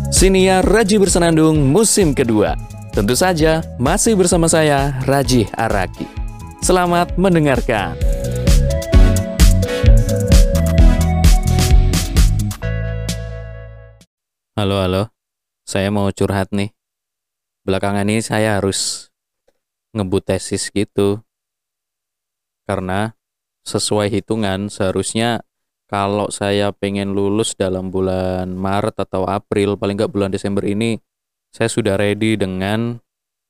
Siniar Raji Bersenandung musim kedua. Tentu saja masih bersama saya, Raji Araki. Selamat mendengarkan. Halo, saya mau curhat nih. Belakangan ini saya harus ngebut tesis gitu. Karena sesuai hitungan seharusnya kalau saya pengen lulus dalam bulan Maret atau April, paling nggak bulan Desember ini, saya sudah ready dengan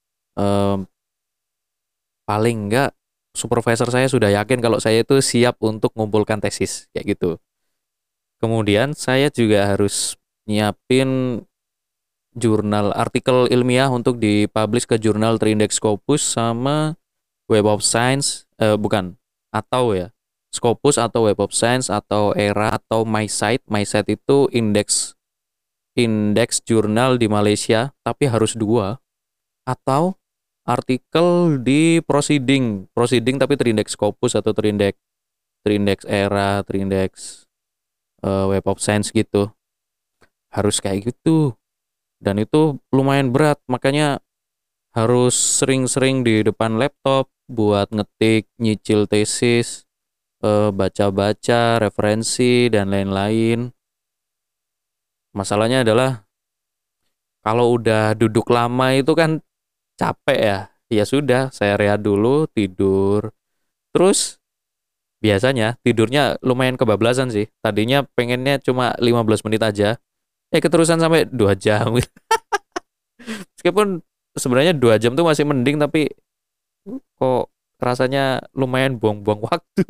paling nggak supervisor saya sudah yakin kalau saya itu siap untuk mengumpulkan tesis, kayak gitu. Kemudian saya juga harus nyiapin jurnal artikel ilmiah untuk dipublish ke jurnal Trindex Scopus sama Web of Science, bukan, atau ya, Scopus atau Web of Science atau ERA atau MySite. MySite itu indeks jurnal di Malaysia, tapi harus dua. Atau artikel di Proceeding tapi Trindex Scopus atau Trindex ERA, Trindex Web of Science gitu. Harus kayak gitu. Dan itu lumayan berat, makanya harus sering-sering di depan laptop buat ngetik, nyicil tesis, baca-baca, referensi, dan lain-lain. Masalahnya adalah kalau udah duduk lama itu kan capek ya. Ya sudah, saya rehat dulu, tidur. Terus biasanya tidurnya lumayan kebablasan sih. Tadinya pengennya cuma 15 menit aja. Keterusan sampai 2 jam. Meskipun sebenarnya 2 jam tuh masih mending, tapi kok rasanya lumayan buang-buang waktu.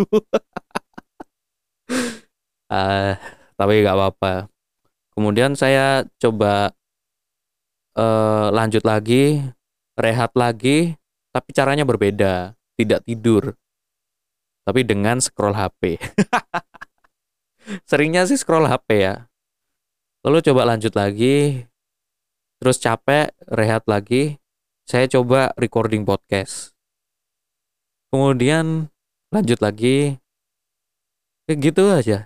Ah, tapi nggak apa-apa. Kemudian saya coba lanjut lagi, rehat lagi, tapi caranya berbeda. Tidak tidur, tapi dengan scroll HP. Seringnya sih scroll HP ya. Lalu coba lanjut lagi, terus capek, rehat lagi. Saya coba recording podcast. Kemudian lanjut lagi. Kayak gitu aja.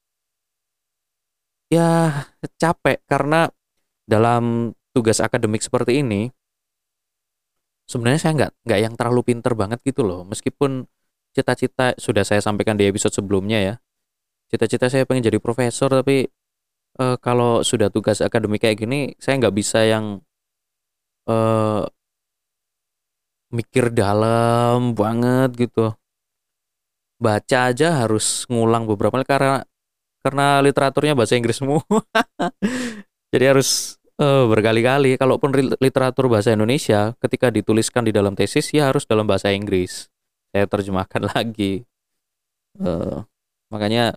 Ya capek karena dalam tugas akademik seperti ini, sebenarnya saya nggak yang terlalu pinter banget gitu loh. Meskipun cita-cita sudah saya sampaikan di episode sebelumnya ya. Cita-cita saya pengen jadi profesor, tapi kalau sudah tugas akademik kayak gini, saya nggak bisa yang eh, mikir dalam banget gitu. Baca aja harus ngulang beberapa kali karena literaturnya bahasa Inggris semua. Jadi harus berkali-kali. Kalaupun literatur bahasa Indonesia, ketika dituliskan di dalam tesis, ya harus dalam bahasa Inggris. Saya terjemahkan lagi. Eh, Makanya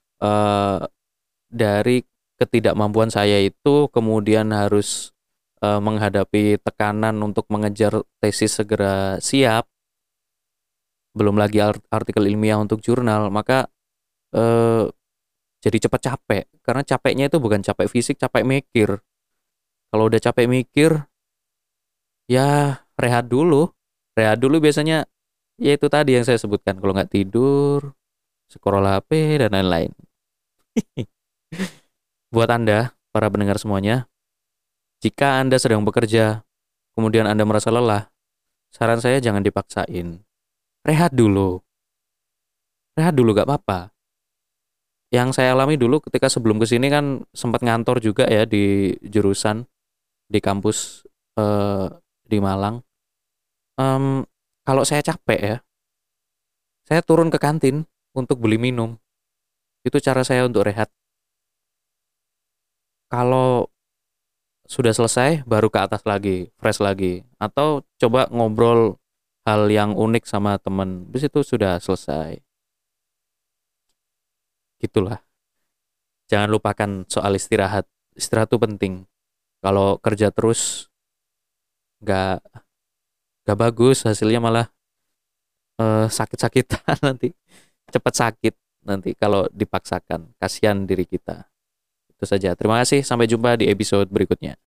dari ketidakmampuan saya itu kemudian harus menghadapi tekanan untuk mengejar tesis segera siap, belum lagi artikel ilmiah untuk jurnal, maka eh, jadi cepat capek. Karena capeknya itu bukan capek fisik, capek mikir. Kalau udah capek mikir, ya rehat dulu biasanya, ya itu tadi yang saya sebutkan. Kalau nggak tidur, scroll HP dan lain-lain. Buat Anda, para pendengar semuanya, jika Anda sedang bekerja, kemudian Anda merasa lelah, saran saya jangan dipaksain. Rehat dulu. Rehat dulu gak apa-apa. Yang saya alami dulu ketika sebelum kesini kan sempat ngantor juga ya di jurusan, di kampus di Malang. Kalau saya capek ya, saya turun ke kantin untuk beli minum. Itu cara saya untuk rehat. Kalau sudah selesai, baru ke atas lagi, fresh lagi. Atau coba ngobrol hal yang unik sama teman. Habis itu sudah selesai. Gitulah. Jangan lupakan soal istirahat. Istirahat itu penting. Kalau kerja terus, nggak nggak bagus, hasilnya malah sakit-sakitan nanti. Cepat sakit nanti kalau dipaksakan. Kasihan diri kita. Itu saja. Terima kasih. Sampai jumpa di episode berikutnya.